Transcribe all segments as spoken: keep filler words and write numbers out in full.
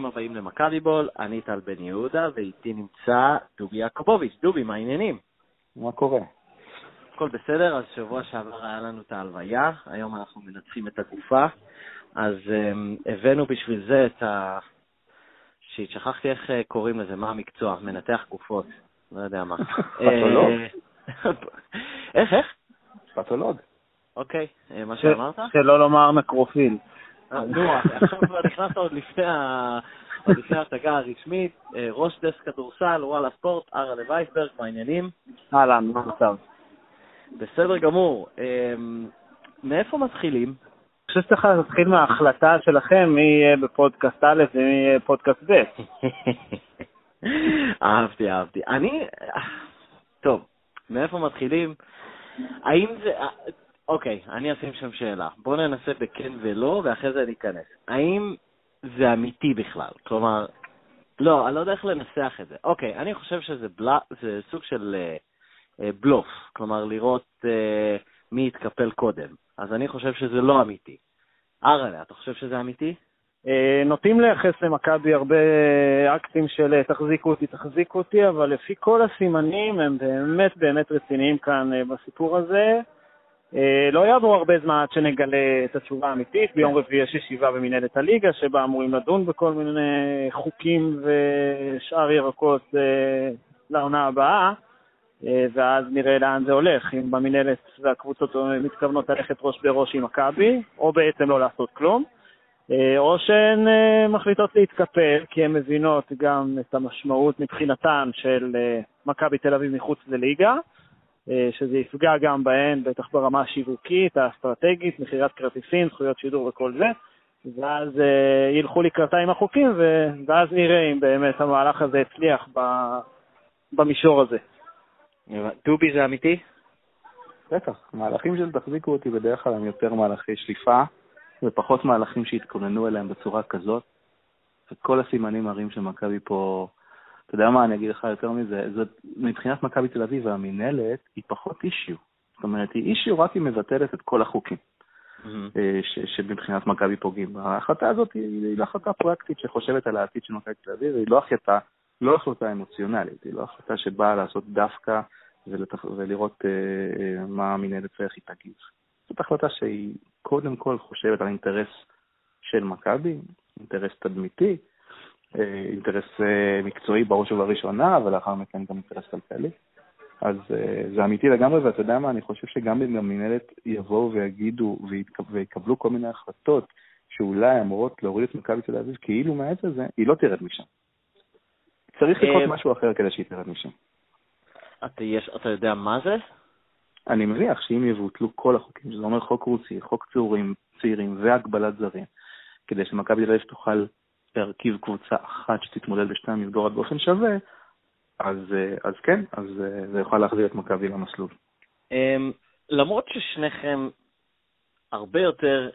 הבאים למכבי בול, אני טל בן יהודה, ואיתי נמצא דובי יעקובוביץ'. דובי, מה העניינים? מה קורה? הכל בסדר, אז שבוע שעבר היה לנו את ההלוויה, היום אנחנו מנצחים את הגופה, אז um, הבאנו בשביל זה את ה... ששכחתי איך קוראים לזה, מה המקצוע, מנתח גופות, לא יודע מה. פתולוג? איך, איך? פתולוג. אוקיי, מה שאמרת? שלא לומר נקרופיל. נו, עכשיו כבר נכנסת עוד לפני ההצגה הרשמית, ראש דסק כדורסל, וואלה ספורט, ארלה וייסברג, מה העניינים? אהלן, מה מצב? בסדר גמור. מאיפה מתחילים? אני חושב שצריך להתחיל מההחלטה שלכם מי יהיה בפודקאסט א' ומי יהיה בפודקאסט ב'. אהבתי, אהבתי. אני... טוב, מאיפה מתחילים? האם זה... אוקיי, אני אשים שם שאלה. בואו ננסה בכן ולא, ואחרי זה ניכנס. האם זה אמיתי בכלל? כלומר, לא, אני לא יודע איך לנסח את זה. אוקיי, אני חושב שזה בלה, זה סוג של uh, בלוף. כלומר, לראות uh, מי יתקפל קודם. אז אני חושב שזה לא אמיתי. ארלה, אתה חושב שזה אמיתי? נוטים לייחס למכבי הרבה אקטים של תחזיקו אותי, תחזיקו אותי, אבל לפי כל הסימנים הם באמת באמת רציניים כאן בסיפור הזה. לא יעבור הרבה זמן עד שנגלה את התשובה האמיתית. ביום רביעי יש ישיבה במנהלת הליגה שבה אמורים לדון בכל מיני חוקים ושאר ירקות לעונה הבאה, ואז נראה לאן זה הולך, אם במנהלת והקבוצות מתכוונות ללכת ראש בראש עם מכבי, או בעצם לא לעשות כלום, או שהן מחליטות להתקפל, כי הן מבינות גם את המשמעות מבחינתן של מכבי תל אביב מחוץ לליגה, שזה יפגע גם בהן, בטח ברמה השיווקית, האסטרטגית, מחירת כרטיסים, זכויות שידור וכל זה, ואז ילכו לקראתה עם החוקים, ואז נראה אם באמת המהלך הזה הצליח במישור הזה. דובי, זה אמיתי? בטח, מהלכים של תחזיקו אותי בדרך כלל הם יותר מהלכי שליפה, ופחות מהלכים שהתכוננו אליהם בצורה כזאת, וכל הסימנים מראים שמכבי פה, אתה יודע מה, אני אגיד לך יותר מזה, זאת, מבחינת מכבי תל אביב והמנהלת היא פחות אישיו, זאת אומרת, היא אישיו רק היא מבטלת את כל החוקים, mm-hmm. ש, שמבחינת מכבי פוגעים. ההחלטה הזאת היא, היא החלטה פרקטית שחושבת על העתיד של מכבי תל אביב, היא לא החלטה, לא החלטה אמוציונלית, היא לא החלטה שבאה לעשות דווקא ולתח... ולראות uh, מה המנהלת צריך היא תגיב. זאת החלטה שהיא קודם כל חושבת על אינטרס של מכבי, אינטרס תדמיתי, אינטרס מקצועי בראש ובראשונה, ולאחר מכן גם אינטרס כלכלי. אז זה אמיתי לגמרי, ואתה יודע מה, אני חושב שגם אם המנהלת יבואו ויגידו ויקבלו כל מיני החלטות שאולי אמורות להוריד את מכבי תל אביב, כאילו מעט הזה, היא לא תרד משם. צריך לקרות משהו אחר כדי שהיא תרד משם. אתה יודע מה זה? אני מניח שאם יבוטלו כל החוקים, שזה אומר חוק רוסי, חוק צעירים, צעירים והגבלת זרים, כדי שמכבי תל אביב תוכל להרכיב קבוצה אחת שתתמודד בשתי המסגרות באופן שווה, אז, אז כן, אז זה יכול להחזיר את מכבי למסלול. למרות ששניכם הרבה יותר,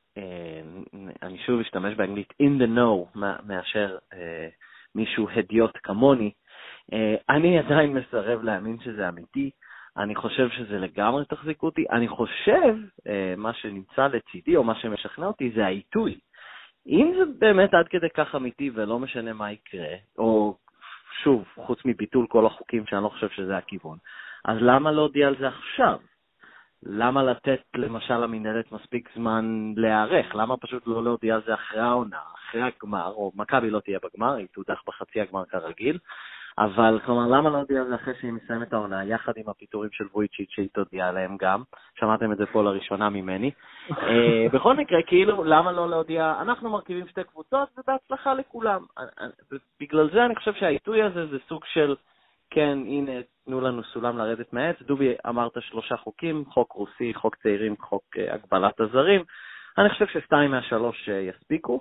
אני שוב אשתמש באנגלית, in the know, מאשר מישהו הדיוט כמוני, אני עדיין מסרב להאמין שזה אמיתי. אני חושב שזה לגמרי תחזיקו אותי. אני חושב, מה שנמצא לצידי, או מה שמשכנע אותי, זה העיתוי. אם זה באמת עד כדי כך אמיתי ולא משנה מה יקרה, או שוב, חוץ מביטול כל החוקים שאני לא חושב שזה הכיוון, אז למה לא הודיע על זה עכשיו? למה לתת למשל המנהלת מספיק זמן להיערך? למה פשוט לא להודיע על זה אחרי העונה, אחרי הגמר, או מכבי לא תהיה בגמר, היא תודח בחצי הגמר כרגיל, אבל כלומר, למה לא הודיע על זה אחרי שהיא מסיים את העונה, יחד עם הפיטורים של וויצ'יץ' שהיא תודיע עליהם גם, שמעתם את זה פה לראשונה ממני. בכל מקרה, כאילו, למה לא להודיע, אנחנו מרכיבים שתי קבוצות ובהצלחה לכולם. בגלל זה אני חושב שהעיתוי הזה זה סוג של, כן, הנה, תנו לנו סולם לרדת מהעץ. דובי, אמרת שלושה חוקים, חוק רוסי, חוק צעירים, חוק הגבלת הזרים. אני חושב ששתיים מהשלוש יספיקו.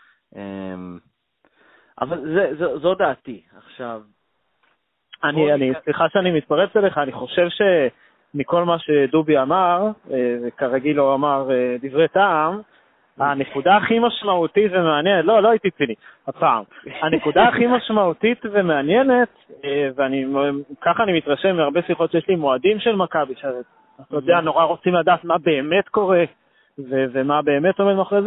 אבל זה, זו, זו דעתי. עכשיו, אני, אני, סליחה שאני מתפרץ אליך, אני חושב שמכל מה שדובי אמר, וכרגיל הוא אמר דברי טעם, הנקודה הכי משמעותית ומעניינת, לא, לא הייתי ציני, הפעם, הנקודה הכי משמעותית ומעניינת, ואני, ככה אני מתרשם מהרבה שיחות שיש לי מועדים של מכבי, שאתה יודע, נורא רוצים לדעת מה באמת קורה, ו- ומה באמת עומד מאחורי זה,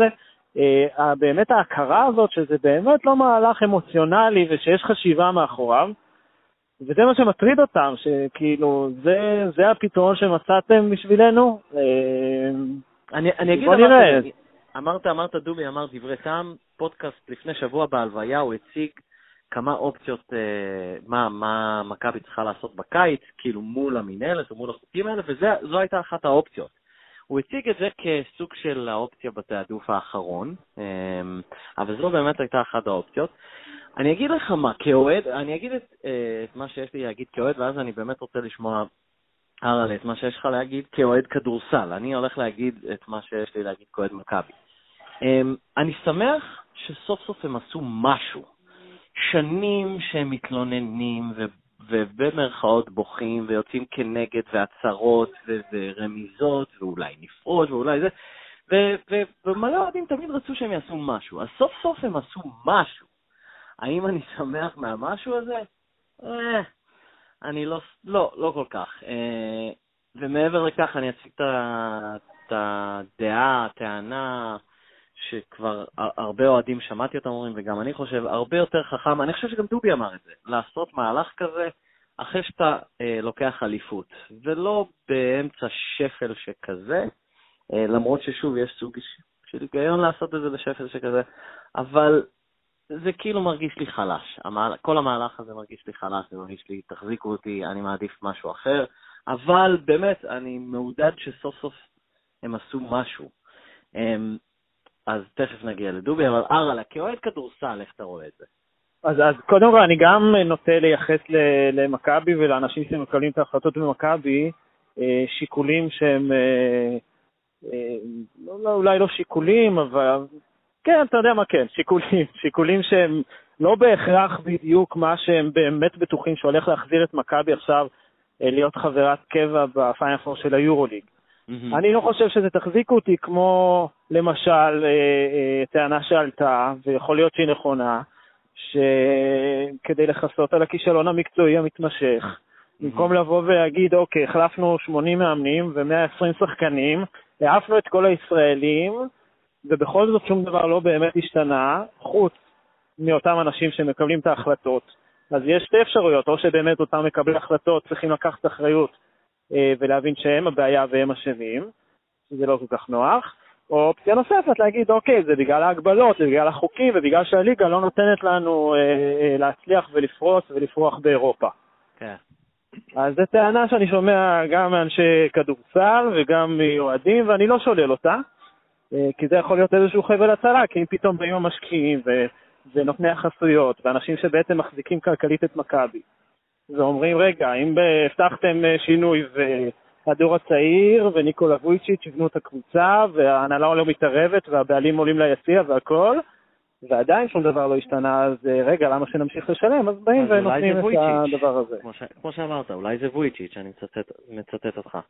אה, באמת ההכרה הזאת שזה באמת לא מהלך אמוציונלי ושיש חשיבה מאחוריו, וזה מה שמטריד אותם, שכאילו זה, זה הפתרון שמצאתם בשבילנו. אני, אני אגיד דבר כזה, אמרת, אמרת דובי, אמר דברי טעם, פודקאסט לפני שבוע בהלוויה, הוא הציג כמה אופציות, אה, מה, מה מכבי צריכה לעשות בקיץ, כאילו מול המנהלת או מול החוקים האלה, וזו הייתה אחת האופציות. הוא הציג את זה כסוג של האופציה בתעדוף האחרון, אה, אבל זו באמת הייתה אחת האופציות. אני אגיד לך מה, כאוהד, אני אגיד את, אה, את מה שיש לי להגיד כאוהד, ואז אני באמת רוצה לשמוע הלאה את מה שיש לך להגיד כאוהד כדורסל. אני הולך להגיד את מה שיש לי להגיד כאוהד מכבי. אה, אני שמח שסוף סוף הם עשו משהו. שנים שהם מתלוננים ו- ובמרכאות בוכים ויוצאים כנגד והצהרות ו- ורמיזות ואולי נפרוש ואולי זה ו- ו- ומלא אוהדים תמיד רצו שהם יעשו משהו. אז סוף סוף הם עשו משהו. האם אני שמח מהמשהו הזה? אה, אני לא, לא, לא כל כך. אה, ומעבר לכך אני אציג את הדעה, הטענה, שכבר הרבה אוהדים שמעתי אותם אומרים, וגם אני חושב, הרבה יותר חכם, אני חושב שגם דובי אמר את זה, לעשות מהלך כזה אחרי שאתה אה, לוקח אליפות, ולא באמצע שפל שכזה, אה, למרות ששוב יש סוג של היגיון לעשות את זה בשפל שכזה, אבל זה כאילו מרגיש לי חלש. המהל... כל המהלך הזה מרגיש לי חלש, זה מרגיש לי, תחזיקו אותי, אני מעדיף משהו אחר, אבל באמת אני מעודד שסוף סוף הם עשו משהו. הם... אז תכף נגיע לדובי, אבל ארלה, כאוהד כדורסל, איך אתה רואה את זה? אז, אז קודם כל אני גם נוטה לייחס למכבי ולאנשים שמקבלים את ההחלטות במכבי, שיקולים שהם, אולי לא שיקולים, אבל כן, אתה יודע מה כן, שיקולים, שיקולים שהם לא בהכרח בדיוק מה שהם באמת בטוחים שהולך להחזיר את מכבי עכשיו להיות חברת קבע בפיינל פור של היורוליג. אני לא חושב שזה תחזיק אותי כמו למשל טענה שעלתה, ויכול להיות שהיא נכונה, שכדי לחסות על הכישלון המקצועי המתמשך, במקום לבוא ולהגיד, אוקיי, החלפנו שמונים מאמנים ו-מאה ועשרים שחקנים, העפנו את כל הישראלים, ובכל זאת שום דבר לא באמת השתנה, חוץ מאותם אנשים שמקבלים את ההחלטות. אז יש שתי אפשרויות, או שבאמת אותם מקבלי החלטות צריכים לקחת אחריות, ולהבין שהם הבעיה והם אשמים, שזה לא כל כך נוח, או אופציה נוספת להגיד, אוקיי, זה בגלל ההגבלות, זה בגלל החוקים, ובגלל שהליגה לא נותנת לנו אה, אה, להצליח ולפרוץ ולפרוח באירופה. כן. אז זו טענה שאני שומע גם מאנשי כדורסל וגם מיועדים, ואני לא שולל אותה, אה, כי זה יכול להיות איזשהו חבל הצלה, כי אם פתאום באים המשקיעים ו- ונותני החסויות, ואנשים שבעצם מחזיקים כלכלית את מכבי, ואומרים, רגע, אם הבטחתם שינוי והדור הצעיר וניקולה וויצ'יץ' יבנו את הקבוצה וההנהלה לא מתערבת והבעלים עולים ליציע והכל, ועדיין שום דבר לא השתנה, אז רגע, למה שנמשיך לשלם? אז באים ונותנים את הדבר הזה. כמו, ש... כמו שאמרת, אולי זה וויצ'יץ', אני מצטט, מצטט אותך.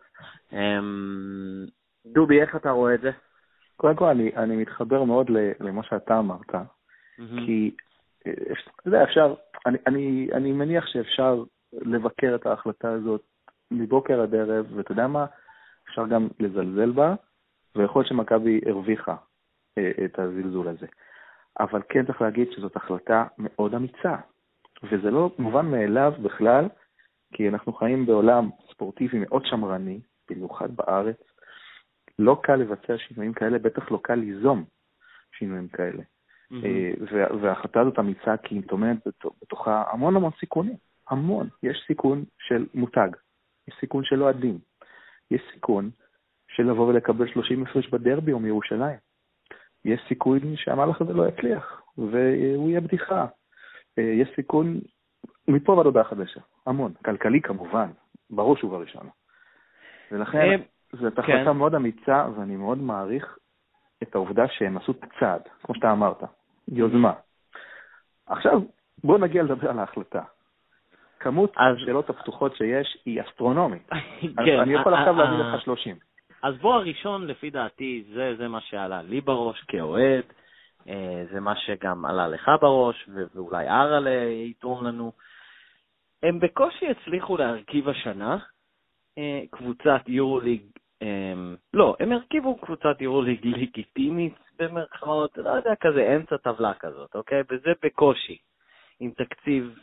דובי, איך אתה רואה את זה? קודם כל, אני, אני מתחבר מאוד למה שאתה אמרת, mm-hmm. כי אתה יודע, אפשר, אני, אני, אני מניח שאפשר לבקר את ההחלטה הזאת מבוקר עד ערב, ואתה יודע מה? אפשר גם לזלזל בה, ויכול להיות שמכבי הרוויחה את הזלזול הזה. אבל כן צריך להגיד שזאת החלטה מאוד אמיצה, וזה לא מובן מאליו בכלל, כי אנחנו חיים בעולם ספורטיבי מאוד שמרני, במיוחד בארץ. לא קל לבצע שינויים כאלה, בטח לא קל ליזום שינויים כאלה. וההחלטה הזאת אמיצה כי היא טומנת בתוכה המון המון סיכונים, המון. יש סיכון של מותג, יש סיכון של אוהדים, יש סיכון של לבוא ולקבל שלושים הפרש בדרבי או מירושלים, יש סיכון שהמהלך הזה לא יצליח והוא יהיה בדיחה, יש סיכון מפה ועד הודעה חדשה, המון, כלכלי כמובן, בראש ובראשונה. ולכן זאת החלטה מאוד אמיצה, ואני מאוד מעריך את העובדה שהם עשו את הצעד, כמו שאתה אמרת, יוזמה. עכשיו, בואו נגיע לדבר על ההחלטה. כמות השאלות הפתוחות שיש היא אסטרונומית. אני יכול עכשיו להביא לך שלושים. אז בוא הראשון, לפי דעתי, זה, זה מה שעלה לי בראש כאוהד, זה מה שגם עלה לך בראש, ואולי ארלה יתרום לנו. הם בקושי הצליחו להרכיב השנה קבוצת יורוליג לא, הם הרכיבו קבוצת יורוליג לגיטימית במרכאות, לא יודע, כזה אמצע טבלה כזאת, אוקיי? וזה בקושי, עם תקציב,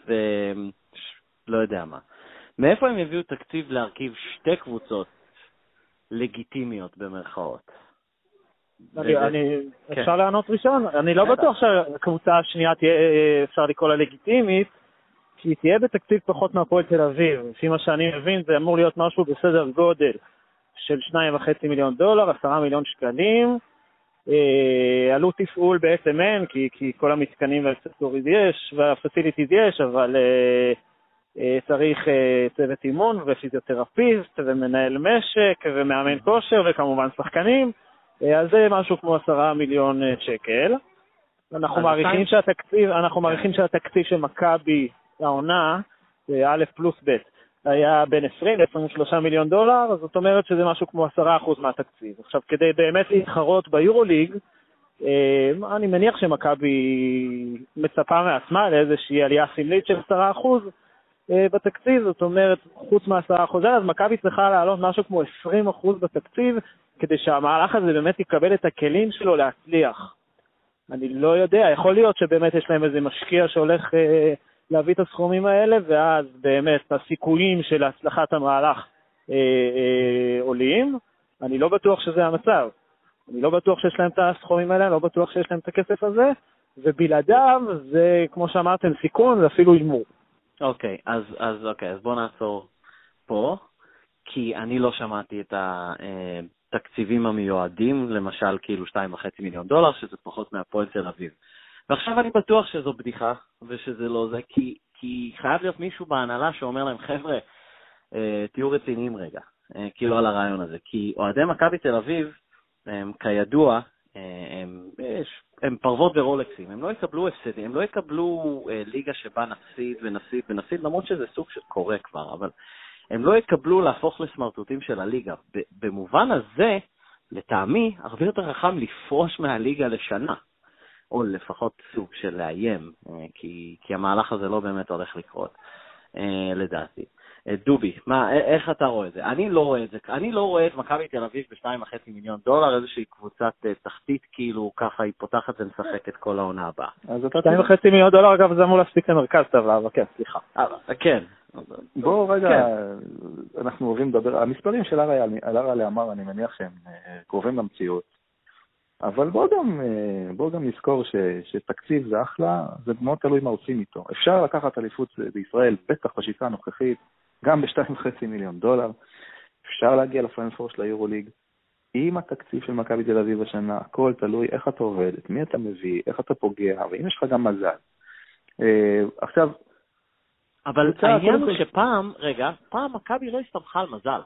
לא יודע מה. מאיפה הם הביאו תקציב להרכיב שתי קבוצות לגיטימיות במרכאות? אני, אפשר לענות ראשון? אני לא בטוח שהקבוצה השנייה תהיה, אפשר לקרוא לה לגיטימית, כי היא תהיה בתקציב פחות מהפועל תל אביב. לפי מה שאני מבין, זה אמור להיות משהו בסדר גודל של שניים וחצי מיליון דולר, עשרה מיליון שקלים. עלות תפעול בעצם אין, כי, כי כל המתקנים והאקססוריז יש, והפסיליטיז יש, אבל צריך צוות אימון ופיזיותרפיסט ומנהל משק ומאמן כושר וכמובן שחקנים. אז זה משהו כמו עשרה מיליון שקל. אנחנו מעריכים שהתקציב, אנחנו מעריכים שהתקציב של מכבי העונה, א' פלוס ב', היה בין עשרים ל-עשרים ושלושה מיליון דולר, זאת אומרת שזה משהו כמו עשרה אחוז מהתקציב. עכשיו, כדי באמת להתחרות ביורוליג, אני מניח שמכבי מצפה מעצמה לאיזושהי עלייה סמלית של עשרה אחוז בתקציב, זאת אומרת, חוץ מה-עשרה אחוז, אז מכבי צריכה לעלות משהו כמו עשרים אחוז בתקציב, כדי שהמהלך הזה באמת יקבל את הכלים שלו להצליח. אני לא יודע, יכול להיות שבאמת יש להם איזה משקיע שהולך אה, להביא את הסכומים האלה, ואז באמת הסיכויים של הצלחת המהלך אה, אה, עולים. אני לא בטוח שזה המצב. אני לא בטוח שיש להם את הסכומים האלה, אני לא בטוח שיש להם את הכסף הזה, ובלעדיו זה, כמו שאמרתם, סיכון ואפילו הימור. אוקיי, אז, אז, אוקיי, אז בוא נעצור פה, כי אני לא שמעתי את ה... אה, תקציבים המיועדים, למשל כאילו שתיים וחצי מיליון דולר, שזה פחות מהפועל תל אביב. ועכשיו אני בטוח שזו בדיחה, ושזה לא זה, כי, כי חייב להיות מישהו בהנהלה שאומר להם, חבר'ה, אה, תהיו רציניים רגע, אה, כאילו על הרעיון הזה. כי אוהדי מכבי תל אביב, הם, כידוע, אה, הם, יש, הם פרוות ורולקסים, הם לא יקבלו הפסדים, הם לא יקבלו אה, ליגה שבה נפסיד ונפסיד ונפסיד, למרות שזה סוג של קורה כבר, אבל... הם לא יקבלו להפוך לסמרטוטים של הליגה. במובן הזה, לטעמי, הרבה יותר רחם לפרוש מהליגה לשנה, או לפחות סוג של לאיים, כי, כי המהלך הזה לא באמת הולך לקרות, לדעתי. דובי, מה, איך אתה רואה את זה? אני לא רואה את זה, אני לא רואה את מכבי תל אביב בשתיים וחצי מיליון דולר, איזושהי קבוצת תחתית, כאילו ככה היא פותחת ומשחקת כל העונה הבאה. אז שתיים וחצי מיליון דולר, אגב, זה אמור להספיק למרכז טבלה, אבל כן, סליחה. כן. בואו רגע, אנחנו אוהבים לדבר, המספרים של אראלה אמר, אני מניח שהם קרובים למציאות, אבל בואו גם, בואו גם נזכור ש, שתקציב זה אחלה, זה מאוד תלוי מה עושים איתו. אפשר לקחת אליפות בישראל, בטח בשיטה הנוכחית, גם ב-שתיים וחצי מיליון דולר, אפשר להגיע לפיינל פור של היורוליג, עם התקציב של מכבי תל אביב השנה, הכל תלוי איך אתה עובד, את מי אתה מביא, איך אתה פוגע, ואם יש לך גם מזל. עכשיו, אבל העניין הוא שפעם, רגע, פעם מכבי לא הסתמכה על מזל.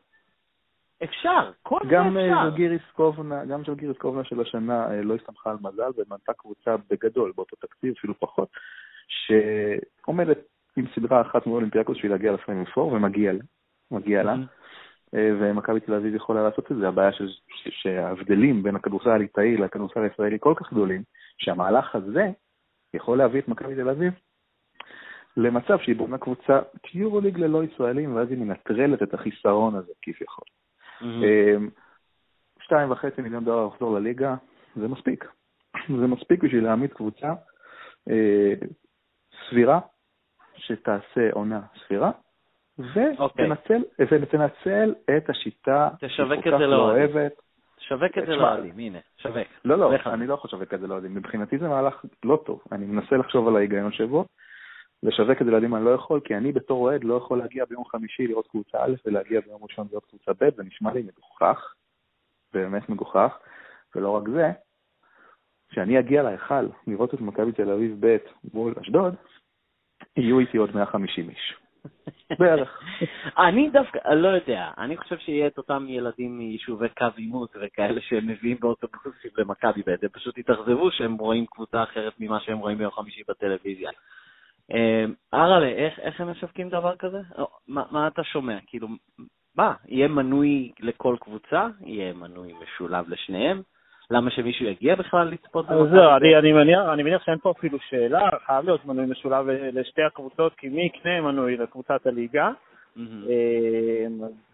אפשר, כל זה אפשר. גם של גיריס קובנה של השנה לא הסתמכה על מזל, ומנתה קבוצה בגדול באותו תקציב, אפילו פחות, שעומדת עם סדרה אחת מול אולימפיאקוס שהיא להגיע לפיינל פור, ומגיע לה, מגיע לה, ומכבי תל אביב יכולה לעשות את זה. הבעיה שההבדלים בין הכדורסל הליטאי לכדורסל הישראלי כל כך גדולים, שהמהלך הזה יכול להביא את מכבי תל אביב למצב שהיא בונה קבוצה יורוליג ללא ישראלים, ואז היא מנטרלת את החיסרון הזה כביכול. שתיים וחצי מיליון דולר לחזור לליגה, זה מספיק. זה מספיק בשביל להעמיד קבוצה סבירה, שתעשה עונה סבירה, ותנצל, ותנצל את השיטה שכל כך לא אוהבת. תשווק את זה לאוהדים, הנה, שווק. לא, לא, אני לא יכול לשווק את זה לאוהדים. מבחינתי זה מהלך לא טוב. אני מנסה לחשוב על ההיגיון שבו, לשווק את זה לילדים אני לא יכול, כי אני בתור אוהד לא יכול להגיע ביום חמישי לראות קבוצה א' ולהגיע ביום ראשון לראות קבוצה ב', זה נשמע לי מגוחך, באמת מגוחך, ולא רק זה, שאני אגיע להיכל לראות את מכבי תל אביב ב' מול אשדוד, יהיו איתי עוד מאה וחמישים איש. בערך. אני דווקא, לא יודע, אני חושב שיהיה את אותם ילדים מיישובי קו עימות וכאלה שהם מביאים באוטובוסים למכבי ב', הם פשוט יתאכזבו שהם רואים קבוצה אחרת ממה שהם רואים ביום חמישי בטלוויזיה. אראלה, איך, איך הם משווקים דבר כזה? מה, מה אתה שומע? כאילו, מה? יהיה מנוי לכל קבוצה? יהיה מנוי משולב לשניהם? למה שמישהו יגיע בכלל לצפות? זהו, אני, אני מניח, אני מניח שאין פה אפילו שאלה, חייב להיות מנוי משולב לשתי הקבוצות, כי מי יקנה מנוי לקבוצת הליגה?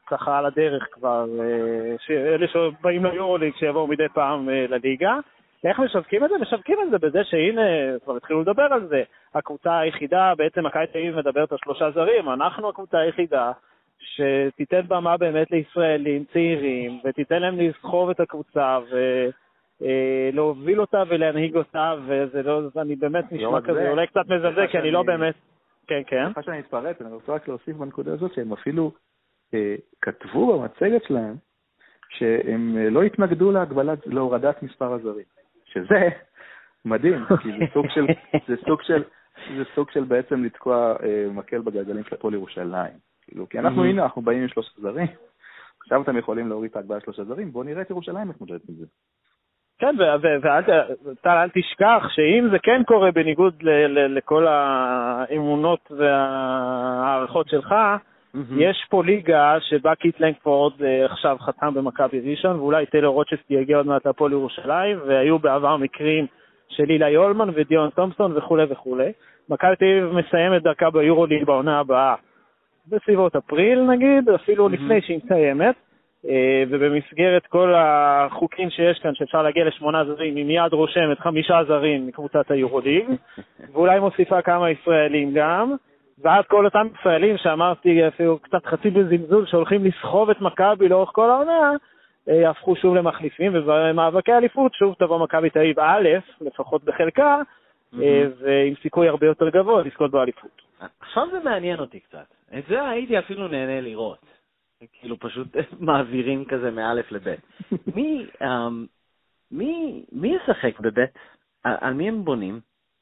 ככה על הדרך כבר, אלה שבאים ליורוליג שיבואו מדי פעם לליגה. איך משווקים את זה? משווקים את זה בזה שהנה, כבר התחילו לדבר על זה. הקבוצה היחידה, בעצם מכבי תל אביב מדברת על שלושה זרים, אנחנו הקבוצה היחידה שתיתן במה באמת לישראלים צעירים, ותיתן להם לסחוב את הקבוצה ולהוביל אותה ולהנהיג אותה, וזה לא, אני באמת נשמע כזה, אולי קצת מזלזל, כי אני לא באמת... כן, כן. אחרי שאני אתפרץ, אני רוצה רק להוסיף בנקודה הזאת שהם אפילו אה, כתבו במצגת שלהם שהם אה, לא התנגדו להגבלת, להורדת מספר הזרים. שזה מדהים, כי זה סוג של, זה סוג של, זה סוג של בעצם לתקוע אה, מקל בגלגלים של הפועל ירושלים. כאילו, כי אנחנו, הנה, אנחנו באים עם שלושה זרים, עכשיו אתם יכולים להוריד את ההגבלה שלושה זרים, בואו נראה את ירושלים מתמודדת עם זה. כן, ואל תשכח שאם זה כן קורה בניגוד לכל האמונות והערכות שלך, יש פה ליגה שבה קיט לנגפורד עכשיו חתם במכבי ראשון, ואולי טיילור רוצ'סטי יגיע עוד מעט לפועל ירושלים, והיו בעבר מקרים של אילי יולמן ודיון תומפסון וכו' וכו'. מכבי תל אביב מסיימת דרכה ביורוליג בעונה הבאה, בסביבות אפריל נגיד, אפילו לפני שהיא מסיימת, ובמסגרת כל החוקים שיש כאן שאפשר להגיע לשמונה זרים, היא מיד רושמת חמישה זרים מקבוצת היורוליג, ואולי מוסיפה כמה ישראלים גם, ואז כל אותם ישראלים שאמרתי אפילו קצת חצי בזלזול שהולכים לסחוב את מכבי לאורך כל העונה, יהפכו שוב למחליפים, ובמאבקי אליפות שוב תבוא מכבי תל אביב א', לפחות בחלקה, ועם סיכוי הרבה יותר גבוה לזכות באליפות. עכשיו זה מעניין אותי קצת. את זה הייתי אפילו נהנה לראות. כאילו פשוט מעבירים כזה מאלף לבית. מי, מי, מי ישחק בבית? על מי הם בונים?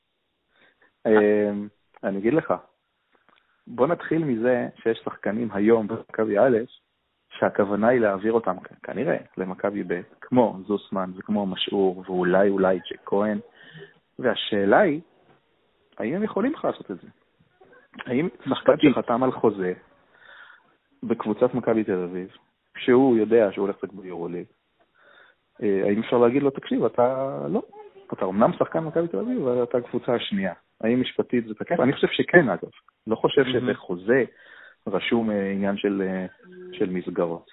אני אגיד לך. בוא נתחיל מזה שיש שחקנים היום במכבי א', שהכוונה היא להעביר אותם כנראה למכבי ב', כמו זוסמן וכמו משעור, ואולי אולי ג'ק כהן. והשאלה היא, האם הם יכולים לך לעשות את זה? האם שחקן שחתם על חוזה בקבוצת מכבי תל אביב, שהוא יודע שהוא הולך לשחק ביורוליג, האם אפשר להגיד לו, תקשיב, אתה לא, אתה אומנם שחקן מכבי תל אביב, אבל אתה הקבוצה השנייה. האם משפטית זה תקף? אני חושב שכן, אגב. לא חושב שזה חוזה רשום עניין של, של מסגרות.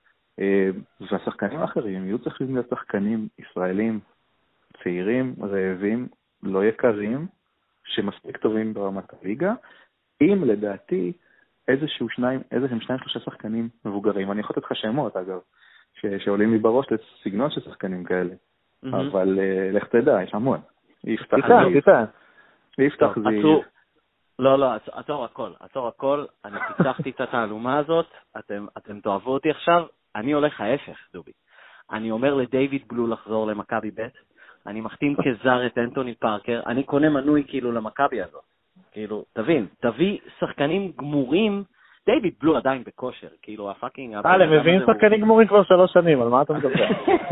והשחקנים האחרים יהיו צריכים להיות שחקנים ישראלים, צעירים, רעבים, לא יקרים, שמספיק טובים ברמת הליגה, אם לדעתי איזשהו שניים, איזשהם שניים שלושה שחקנים מבוגרים. אני יכול לתת לך שמות, אגב, ש, שעולים לי בראש לסגנון של שחקנים כאלה. Mm-hmm. אבל uh, לך תדע, יש המון. יפתח זיו. יפתח זיו. לא, לא, עצור הכל, עצור הכל. אני פיצחתי את התעלומה הזאת, אתם, אתם תאהבו אותי עכשיו, אני הולך ההפך, דובי. אני אומר לדיוויד בלו לחזור למכבי ב', אני מחתים כזר את אנטוני פארקר, אני קונה מנוי כאילו למכבי הזאת. כאילו, תבין, תביא שחקנים גמורים, דיוויד בלו עדיין בכושר, כאילו הפאקינג... אה, הם מביאים שחקנים גמורים כבר שלוש שנים, על מה אתה מדבר?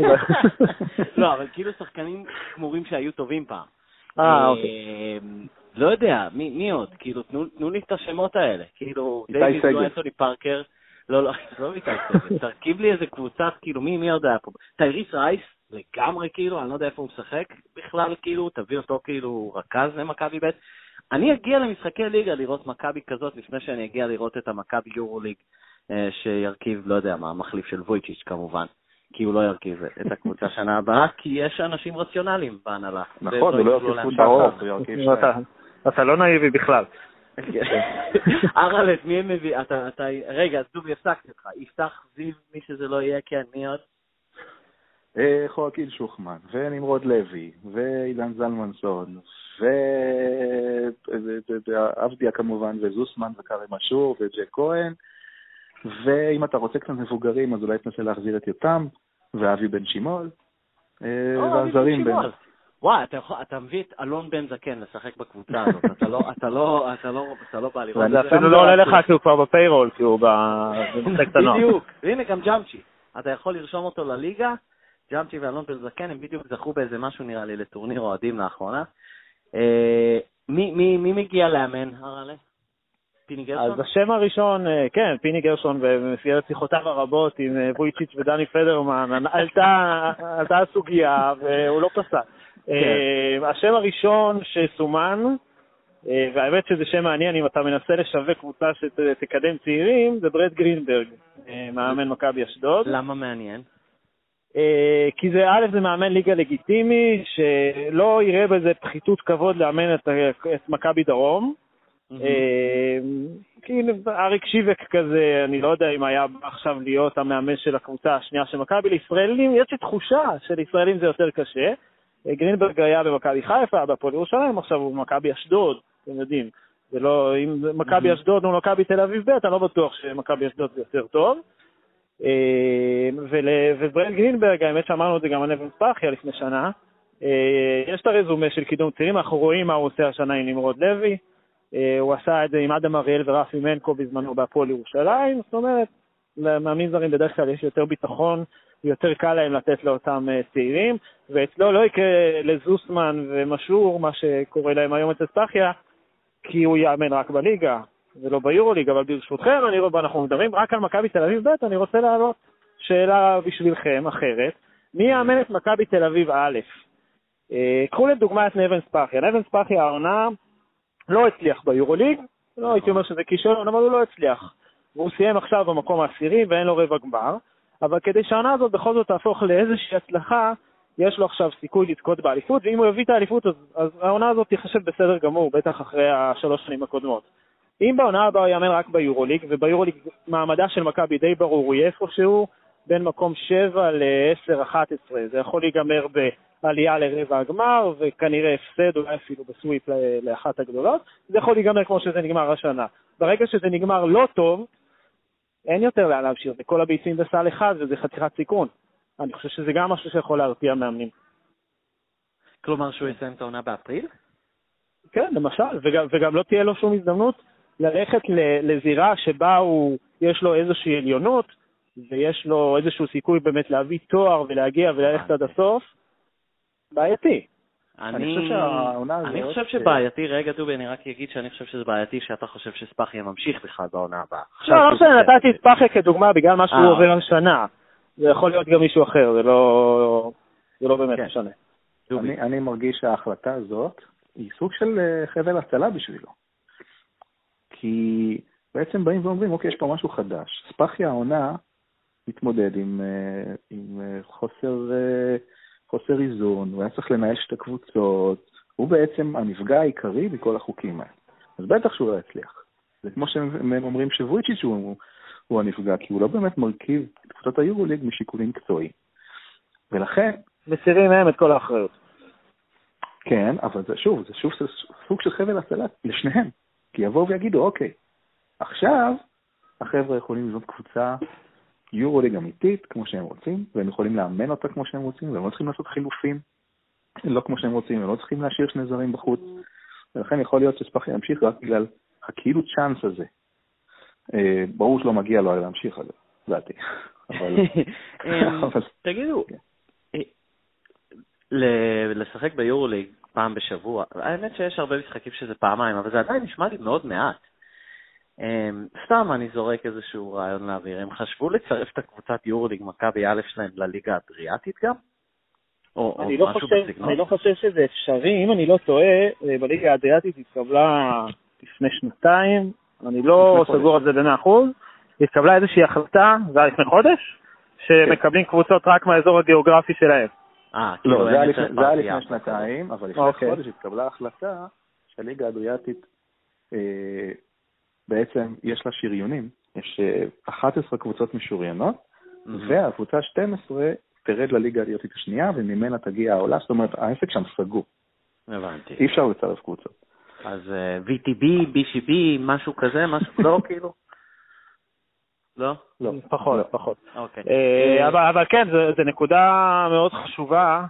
לא, אבל כאילו שחקנים גמורים שהיו טובים פעם. אה, אוקיי. לא יודע, מי עוד? כאילו, תנו לי את השמות האלה. כאילו, דיוויד בלו, אנטוני פארקר, לא, לא, לא איתי סגל, תרכיב לי איזה קבוצה, כאילו, מי עוד היה פה? טייריס רייס, לגמרי, כאילו, אני לא יודע איפה הוא משחק בכלל, כאילו, תביא אותו, כאילו, רכז למכבי ב'. אני אגיע למשחקי ליגה לראות מכבי כזאת, לפני שאני אגיע לראות את המכבי יורוליג, שירכיב, לא יודע מה, המחליף של וויצ'יץ' כמובן, כי הוא לא ירכיב את הקבוצה שנה הבאה, כי יש אנשים רציונליים בהנהלה. נכון, הוא לא ירכיב פוטרות, הוא ירכיב שתיים. אתה לא נאיבי בכלל. ארלט, מי הם מביא? רגע, אז דובי, הפסקתי אותך. יפתח זיו, מי שזה לא יהיה, כן, מי עוד? חואקין שוחמן, ונמרוד לוי, ועידן זלמנסון, ואבדיה כמובן, וזוסמן, וקרי משור, וג'ק כהן, ואם אתה רוצה קצת מבוגרים, אז אולי תנסה להחזיר את יותם, ואבי בן שימול, והזרים בין... וואי, אתה מביא את אלון בן זקן לשחק בקבוצה הזאת, אתה לא, אתה לא, אתה לא, אתה לא בא לראות. זה אפילו לא עולה לך כי הוא כבר בפיירול, כי הוא במשחק תנוע. בדיוק, והנה גם ג'אמצ'י, אתה יכול לרשום אותו לליגה, ג'אמצ'י ואלון בן זקן, הם בדיוק זכו באיזה משהו נראה לי לטורניר אוהדים לאחרונה. מי מגיע לאמן, הרעלה? פיני גרשון? אז השם הראשון, כן, פיני גרשון, במסגרת שיחותיו הרבות עם וויצ'יץ' ודני פדרמן, עלתה הסוגיה והוא לא פסק. השם הראשון שסומן, והאמת שזה שם מעניין אם אתה מנסה לשווק קבוצה שתקדם צעירים, זה ברד גרינברג. מאמן מכבי אשדוד. למה מעניין? כי זה, א', זה מאמן ליגה לגיטימי, שלא יראה בזה פחיתות כבוד לאמן את, את מכבי דרום. כי אריק שיבק כזה, אני לא יודע אם היה עכשיו להיות המאמן של הקבוצה השנייה של מכבי. לישראלים יש תחושה שלישראלים זה יותר קשה. גרינברג היה במכבי חיפה, בהפועל ירושלים, עכשיו הוא במכבי אשדוד, אתם יודעים. זה לא, אם מכבי אשדוד הוא מכבי תל אביב ב', אני לא בטוח שמכבי אשדוד זה יותר טוב. וברנד גרינברג, האמת שאמרנו את זה גם על נבן ספאחיה לפני שנה, יש את הרזומה של קידום צעירים, אנחנו רואים מה הוא עושה השנה עם נמרוד לוי, הוא עשה את זה עם אדם אריאל ורפי מנקו בזמנו בהפועל ירושלים, זאת אומרת, למאמנים זרים בדרך כלל יש יותר ביטחון, יותר קל להם לתת לאותם צעירים, ואצלו לא יקרה לזוסמן ומשור, מה שקורה להם היום אצל ספאחיה, כי הוא יאמן רק בליגה, ולא ביורוליג, אבל ברשותכם, אני רואה, אנחנו מדברים רק על מכבי תל אביב ב', אני רוצה להעלות שאלה בשבילכם, אחרת. מי יאמן את מכבי תל אביב א'? קחו לדוגמה את נבן ספאחיה. נבן ספאחיה העונה לא הצליח ביורוליג, לא הייתי אומר שזה כישלון, אבל הוא לא הצליח. והוא סיים עכשיו במקום העשירי ואין לו רבע גמר, אבל כדי שהעונה הזאת בכל זאת תהפוך לאיזושהי הצלחה, יש לו עכשיו סיכוי לזכות באליפות, ואם הוא יביא את האליפות, אז, אז העונה הזאת תחשב בסדר גמור, בטח אחרי השלוש שנים הקודמות. אם בעונה הבאה הוא יאמן רק ביורוליג, וביורוליג מעמדה של מכבי די ברור, הוא יהיה איפשהו בין מקום שבע ל-עשר אחת עשרה, זה יכול להיגמר בעלייה לרבע הגמר, וכנראה הפסד אולי אפילו בסוויפ לאחת הגדולות, זה יכול להיגמר כמו שזה נגמר השנה. ברגע שזה נגמר לא טוב, אין יותר לאן להמשיך, זה כל הביצים בסל אחד, וזה חתיכת סיכון. אני חושב שזה גם משהו שיכול להרתיע מאמנים. כלומר שהוא יסיים את העונה באפריל? כן, למשל, וגם, וגם לא תהיה לו שום הזדמנות ללכת לזירה שבה הוא, יש לו איזושהי עליונות, ויש לו איזשהו סיכוי באמת להביא תואר ולהגיע וללכת עד הסוף, בעייתי. אני חושב שהעונה הזאת... אני חושב שבעייתי, רגע טובי, אני רק אגיד שאני חושב שזה בעייתי שאתה חושב שספאחיה ממשיך בכלל בעונה הבאה. לא, לא משנה, נתתי את ספאחיה כדוגמה בגלל מה שהוא עובר השנה. זה יכול להיות גם מישהו אחר, זה לא, זה לא באמת משנה. אני, אני מרגיש שההחלטה הזאת היא סוג של חבל הצלה בשבילו. כי בעצם באים ואומרים, אוקיי, יש פה משהו חדש. ספאחיה העונה מתמודד עם, עם חוסר, חוסר איזון, הוא היה צריך לנהל שתי קבוצות, הוא בעצם המפגע העיקרי בכל החוקים האלה. אז בטח שהוא לא יצליח. זה כמו שהם אומרים שוויצ'יץ' הוא, הוא הנפגע, כי הוא לא באמת מרכיב את קבוצות היורוליג משיקולים מקצועיים. ולכן... מסירים מהם את כל האחריות. כן, אבל זה שוב, זה שוב סוג של חבל הצלה לשניהם. כי יבואו ויגידו, אוקיי, עכשיו החבר'ה יכולים לבנות קבוצה יורוליג אמיתית כמו שהם רוצים, והם יכולים לאמן אותה כמו שהם רוצים, והם לא צריכים לעשות חילופים, לא כמו שהם רוצים, הם לא צריכים להשאיר שני זרים בחוץ. ולכן יכול להיות שספאחיה ימשיך רק בגלל הכאילו צ'אנס הזה. ברור שלא מגיע לו להמשיך עליו, דעתי. תגידו, לשחק ביורוליג פעם בשבוע, האמת שיש הרבה משחקים שזה פעמיים, אבל זה עדיין נשמע לי מאוד מעט. סתם אני זורק איזשהו רעיון להעביר. הם חשבו לצרף את הקבוצת יורוליג מכבי א' שלהם לליגה הדריאטית גם? אני לא חושב שזה אפשרי, אם אני לא טועה, בליגה הדריאטית התקבלה לפני שנתיים, אני לא סגור על זה ב-מאה אחוז, התקבלה איזושהי החלטה, זה היה לפני חודש, שמקבלים קבוצות רק מהאזור הגיאוגרפי שלהם. לא, זה היה לפני שנתיים, אבל לפני חודש התקבלה החלטה שהליגה הדריאטית בעצם יש לה שריונים, יש אחת עשרה קבוצות משוריינות, והקבוצה שתים עשרה תרד לליגה הדריאטית השנייה, וממנה תגיע העולה, זאת אומרת, העסק שם סגור. הבנתי. אי אפשר לצרף קבוצות. אז וי טי בי, בי סי בי, משהו כזה, משהו, לא כאילו? לא? לא, פחות, פחות. אוקיי. אבל כן, זו נקודה מאוד חשובה,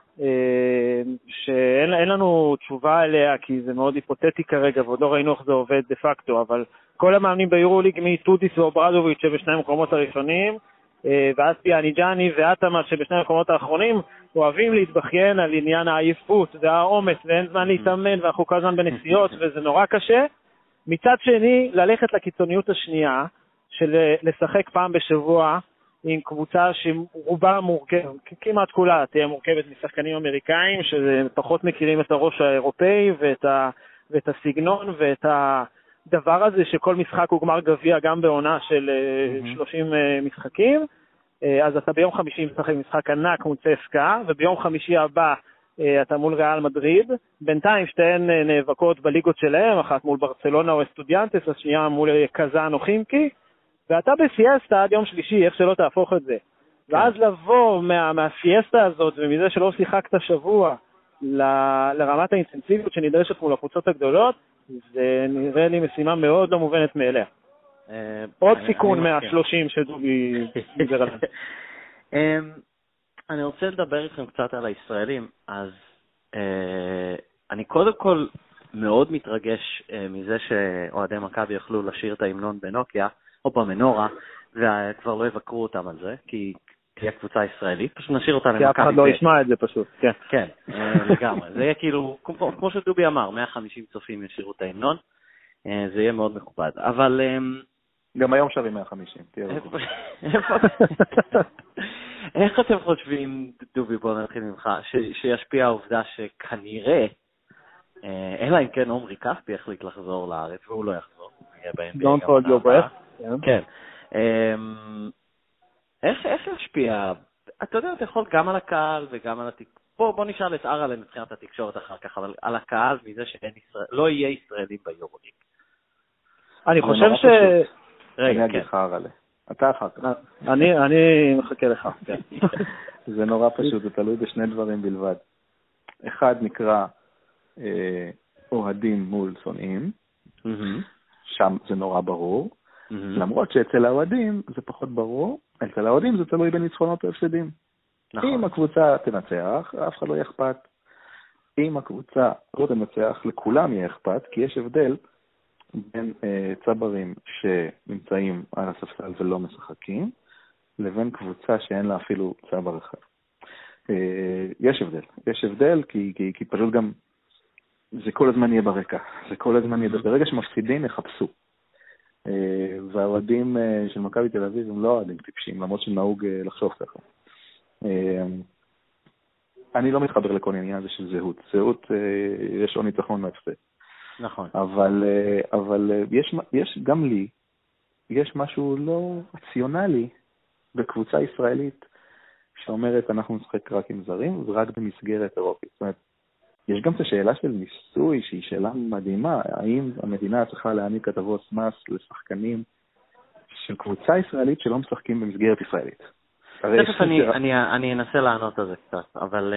שאין לנו תשובה אליה, כי זה מאוד היפותטי כרגע, ועוד לא ראינו איך זה עובד דה פקטו, אבל כל המאמנים ביורוליג, מטודיס ואוברדוביץ' שבשני המקומות הראשונים, ואז פיאניג'אני ואטמה שבשני המקומות האחרונים, אוהבים להתבכיין על עניין העייפות והעומס, ואין זמן להתאמן, ואנחנו כל הזמן בנסיעות, וזה נורא קשה. מצד שני, ללכת לקיצוניות השנייה, של לשחק פעם בשבוע עם קבוצה שרובה מורכבת, כמעט כולה תהיה מורכבת משחקנים אמריקאים, שפחות מכירים את הראש האירופאי, ואת, ה, ואת הסגנון, ואת הדבר הזה שכל משחק הוא גמר גביע גם בעונה של mm-hmm. שלושים משחקים, אז אתה ביום חמישי משחק משחק ענק מול צסקה, וביום חמישי הבא אתה מול ריאל מדריד, בינתיים שתיהן נאבקות בליגות שלהם, אחת מול ברצלונה או אסטודיאנטס, השנייה מול קזאן או חימקי, ואתה בסיאסטה עד יום שלישי, איך שלא תהפוך את זה. כן. ואז לבוא מה, מהסיאסטה הזאת ומזה שלא שיחקת שבוע ל, לרמת האינטנסיביות שנדרשת מול הקבוצות הגדולות, זה נראה לי משימה מאוד לא מובנת מאליה. עוד סיכון מה-שלושים שדובי דיבר עליהם. אני רוצה לדבר איתכם קצת על הישראלים, אז אני קודם כל מאוד מתרגש מזה שאוהדי מכבי יוכלו לשיר את ההמנון בנוקיה, או במנורה, וכבר לא יבקרו אותם על זה, כי תהיה קבוצה ישראלית, פשוט נשאיר אותה למכבי. כי אף אחד לא ישמע את זה פשוט, כן. כן, לגמרי. זה יהיה כאילו, כמו שדובי אמר, מאה וחמישים צופים ישירו את ההמנון, זה יהיה מאוד מכובד. אבל... גם היום שרים מאה וחמישים, תהיה רבה. איך אתם חושבים, דובי, בוא נתחיל ממך, שישפיע העובדה שכנראה, אלא אם כן עומרי כספי יחליט לחזור לארץ, והוא לא יחזור. Don't hold your breath. כן. איך ישפיע? אתה יודע, אתה יכול גם על הקהל וגם על התקשורת. בוא נשאל את ארלה מבחינת התקשורת אחר כך, אבל על הקהל מזה שלא יהיה ישראלים ביורוליג. אני חושב ש... אני אגיד לך ארלה. אתה אחר כך. אני מחכה לך. זה נורא פשוט, זה תלוי בשני דברים בלבד. אחד נקרא אוהדים מול שונאים, שם זה נורא ברור, למרות שאצל האוהדים זה פחות ברור, אצל האוהדים זה תלוי בניצחונות או הפסדים. אם הקבוצה תנצח, אף אחד לא יהיה אכפת. אם הקבוצה לא תנצח, לכולם יהיה אכפת, כי יש הבדל בין צברים שנמצאים על הספסל ולא משחקים, לבין קבוצה שאין לה אפילו צבר אחד. יש הבדל. יש הבדל כי, כי, כי פשוט גם זה כל הזמן יהיה ברקע. זה כל הזמן יהיה, ברגע שמפסידים יחפשו. והאוהדים של מכבי תל אביב הם לא אוהדים טיפשים, למרות שנהוג לחשוב ככה. אני לא מתחבר לכל עניין הזה של זהות. זהות, יש או ניצחון מהפסד. נכון. אבל, אבל יש, יש גם לי, יש משהו לא רציונלי בקבוצה ישראלית שאומרת אנחנו נשחק רק עם זרים ורק במסגרת אירופית. זאת אומרת, יש גם את השאלה של ניסוי שהיא שאלה מדהימה, האם המדינה צריכה להעניק הטבות מס לשחקנים של קבוצה ישראלית שלא משחקים במסגרת ישראלית. תכף אני, אני, אני אנסה לענות על זה קצת, אבל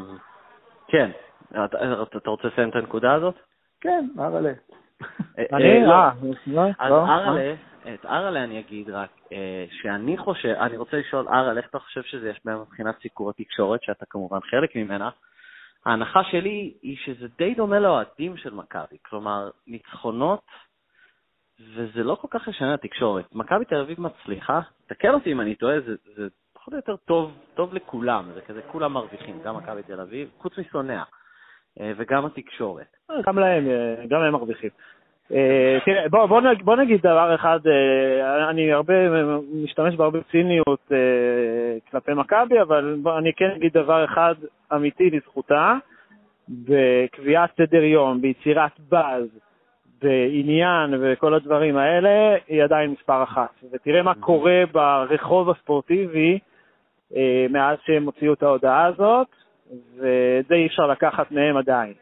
כן, אתה רוצה לסיים את הנקודה הזאת? כן, ארלה. אני, אה, אז ארלה, את ארלה אני אגיד רק, שאני חושב, אני רוצה לשאול ארלה, איך אתה חושב שזה יש מבחינת סיקור התקשורת, שאתה כמובן חלק ממנה, ההנחה שלי היא שזה די דומה לאוהדים של מכבי, כלומר, ניצחונות, וזה לא כל כך ישנה התקשורת. מכבי תל אביב מצליחה, תקן אותי אם אני טועה, זה, זה פחות או יותר טוב, טוב לכולם, זה כזה כולם מרוויחים, גם מכבי תל אביב, חוץ מסונע, וגם התקשורת. גם להם, גם הם מרוויחים. תראה, בוא, בוא, נגיד, בוא נגיד דבר אחד, אני הרבה משתמש בהרבה ציניות כלפי מכבי, אבל אני כן אגיד דבר אחד אמיתי לזכותה, בקביעת סדר יום, ביצירת באז, בעניין וכל הדברים האלה, היא עדיין מספר אחת. ותראה מה קורה ברחוב הספורטיבי מאז שהם הוציאו את ההודעה הזאת, וזה אי אפשר לקחת מהם עדיין.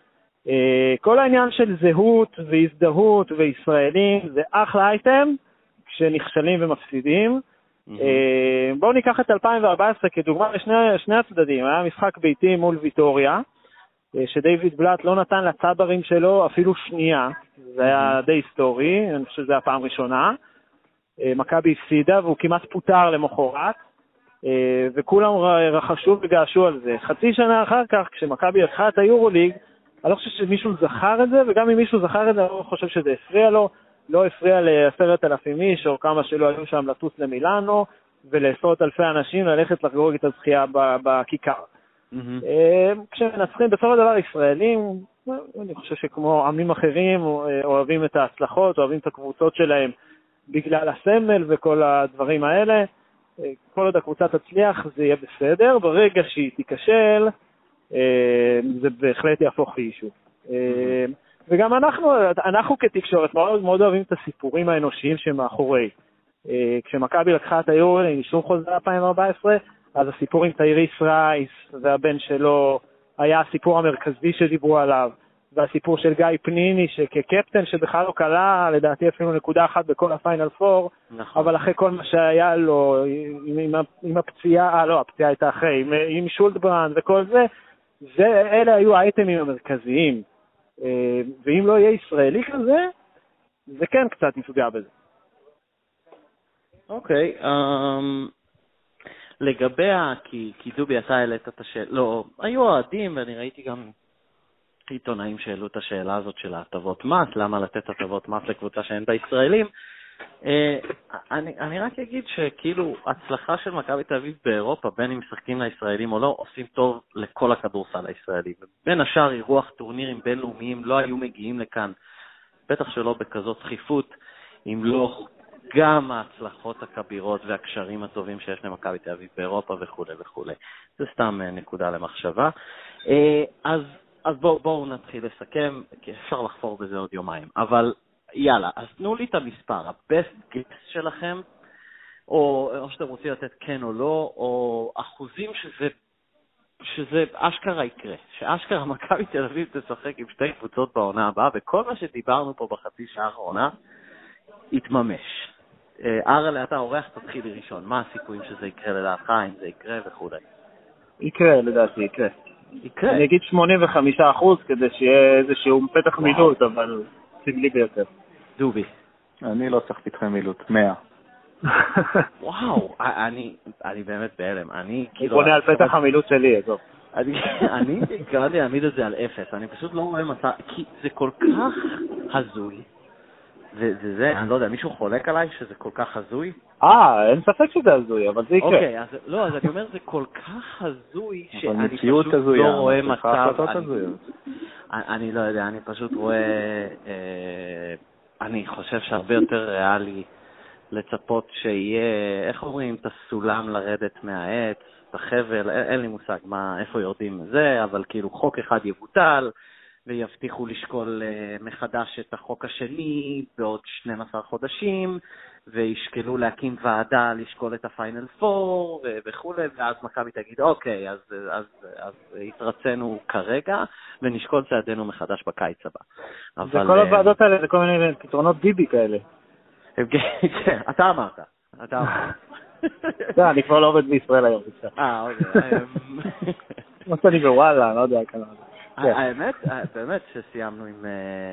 כל העניין של זהות והזדהות וישראלים זה אחלה אייטם כשנכשלים ומפסידים. Mm-hmm. בואו ניקח את אלפיים וארבע עשרה כדוגמה לשני שני הצדדים. היה משחק ביתי מול ויטוריה, שדייוויד בלאט לא נתן לצברים שלו אפילו שנייה. זה היה די היסטורי, אני חושב שזה הפעם ראשונה. מכבי הפסידה והוא כמעט פוטר למחרת, וכולם רחשו וגעשו על זה. חצי שנה אחר כך, כשמכבי לקחה את היורוליג, אני לא חושב שמישהו זכר את זה, וגם אם מישהו זכר את זה, אני לא חושב שזה הפריע לו, לא הפריע לעשרת אלפים איש, או כמה שלא היו שם לטוס למילאנו, ולעשרות אלפי אנשים ללכת לחגוג את הזכייה בכיכר. כשמנצחים בסופו של דבר ישראלים, אני חושב שכמו עמים אחרים, אוהבים את ההצלחות, אוהבים את הקבוצות שלהם, בגלל הסמל וכל הדברים האלה. כל עוד הקבוצה תצליח, זה יהיה בסדר. ברגע שהיא תיכשל, זה בהחלט יהפוך לאישו. וגם אנחנו, אנחנו כתקשורת מאוד מאוד אוהבים את הסיפורים האנושיים שמאחורי. כשמכבי לקחה את היורוליג, אישור חוזה אלפיים וארבע עשרה, אז הסיפור עם טייריס רייס והבן שלו היה הסיפור המרכזי שדיברו עליו, והסיפור של גיא פניני שכקפטן שבכלל לא קלה, לדעתי אפילו נקודה אחת בכל הפיינל פור, נכון. אבל אחרי כל מה שהיה לו, עם, עם, עם הפציעה, אה לא, הפציעה הייתה אחרי, עם, עם שולדברנד וכל זה, זה, אלה היו האייטמים המרכזיים. ואם לא יהיה ישראלי כזה, זה כן קצת יפגע בזה. אוקיי, okay, um, לגבי, כי, כי דובי אתה העלית את השאלה, לא, היו אוהדים, ואני ראיתי גם עיתונאים שהעלו את השאלה הזאת של ההטבות מס, למה לתת הטבות מס לקבוצה שאין בה ישראלים. Uh, אני, אני רק אגיד שכאילו הצלחה של מכבי תל אביב באירופה, בין אם משחקים לישראלים או לא, עושים טוב לכל הכדורסל הישראלי. בין השאר אירוח טורנירים בינלאומיים לא היו מגיעים לכאן, בטח שלא בכזאת דחיפות, אם לא גם ההצלחות הכבירות והקשרים הטובים שיש למכבי תל אביב באירופה וכו' וכו'. זה סתם נקודה למחשבה. Uh, אז, אז בואו בוא נתחיל לסכם, כי אפשר לחפור בזה עוד יומיים. אבל יאללה, אז תנו לי את המספר, ה-best guess שלכם, או, או שאתם רוצים לתת כן או לא, או אחוזים שזה, שזה אשכרה יקרה, שאשכרה מכבי תל אביב תשחק עם שתי קבוצות בעונה הבאה, וכל מה שדיברנו פה בחצי שעה האחרונה יתממש. ארלה, אתה עורך, תתחיל ראשון, מה הסיכויים שזה יקרה לדעתך, אם זה יקרה וכו'? יקרה, לדעתי, יקרה. יקרה. אני אגיד שמונים וחמישה אחוז כדי שיהיה איזשהו פתח מילוט, אבל סגלי ביותר. דובי. אני לא צריך פתחי מילוט, מאה. וואו, אני, אני באמת בהלם. אני כאילו... בונה על פתח המילוט שלי, עזוב. אני, אני קראתי להעמיד את זה על אפס. אני פשוט לא רואה מצב, כי זה כל כך הזוי. זה, זה, אני לא יודע, מישהו חולק עליי שזה כל כך הזוי? אה, אין ספק שזה הזוי, אבל זה יקרה. אוקיי, אז לא, אז אני אומר, זה כל כך הזוי, שאני פשוט לא רואה מצב... אני לא יודע, אני פשוט רואה... אני חושב שהרבה יותר ריאלי לצפות שיהיה, איך אומרים, את הסולם לרדת מהעץ, את החבל, אין לי מושג מה, איפה יורדים מזה, אבל כאילו חוק אחד יבוטל, ויבטיחו לשקול מחדש את החוק השני בעוד שנים עשר חודשים, וישקלו להקים ועדה לשקול את הפיינל פור וכו', ואז מכבי תגיד, אוקיי, אז, אז, אז התרצינו כרגע, ונשקול צעדינו מחדש בקיץ הבא. זה אבל, כל הוועדות האלה, זה כל מיני פתרונות ביבי כאלה. כן, אתה אמרת. אתה אמרת. לא, אני כבר לא עובד בישראל היום. אה, אוקיי. מה שאני בוואלה, לא יודע כמה. האמת, באמת שסיימנו עם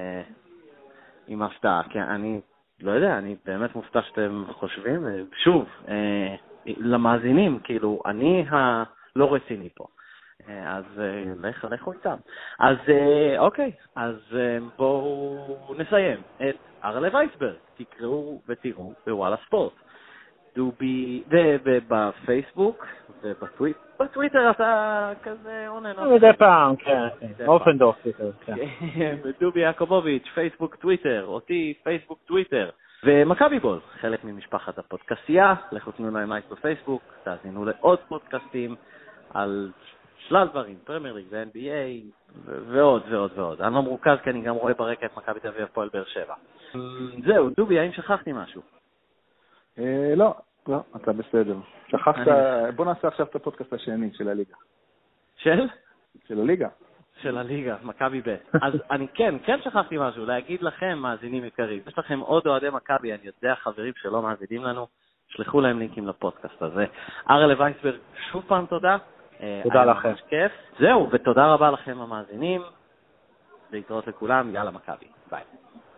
עם הפתעה, כי אני לא יודע, אני באמת מופתע שאתם חושבים, שוב, למאזינים, כאילו, אני הלא רציני פה. אז לכו איתם. אז אוקיי, אז בואו נסיים את ארלה וייסברג. תקראו ותראו בוואלה ספורט. דובי, ובפייסבוק ובטוויטר. בטוויטר אתה כזה עונה. מדי פעם, כן. אופן דופטר, כן. דובי יעקובוביץ', פייסבוק, טוויטר. אותי, פייסבוק, טוויטר. ומכבי בול, חלק ממשפחת הפודקאסטייה. לכו תנו להם לייק בפייסבוק, תאזינו לעוד פודקאסטים על שלל דברים, פרמייר ליג ו-אן בי איי ועוד ועוד ועוד. אני לא מרוכז כי אני גם רואה ברקע את מכבי תל אביב הפועל באר שבע. זהו, דובי, האם שכחתי משהו? לא, לא, אתה בסדר. שכחת, בוא נעשה עכשיו את הפודקאסט השני של הליגה. של? של הליגה. של הליגה, מכבי ב'. אז אני כן, כן שכחתי משהו, להגיד לכם, מאזינים יקרים, יש לכם עוד אוהדי מכבי, אני יודע, חברים שלא מאזינים לנו, שלחו להם לינקים לפודקאסט הזה. ארלה וייסברג, שוב פעם תודה. תודה לכם. כיף. זהו, ותודה רבה לכם המאזינים. להתראות לכולם, יאללה מכבי. ביי.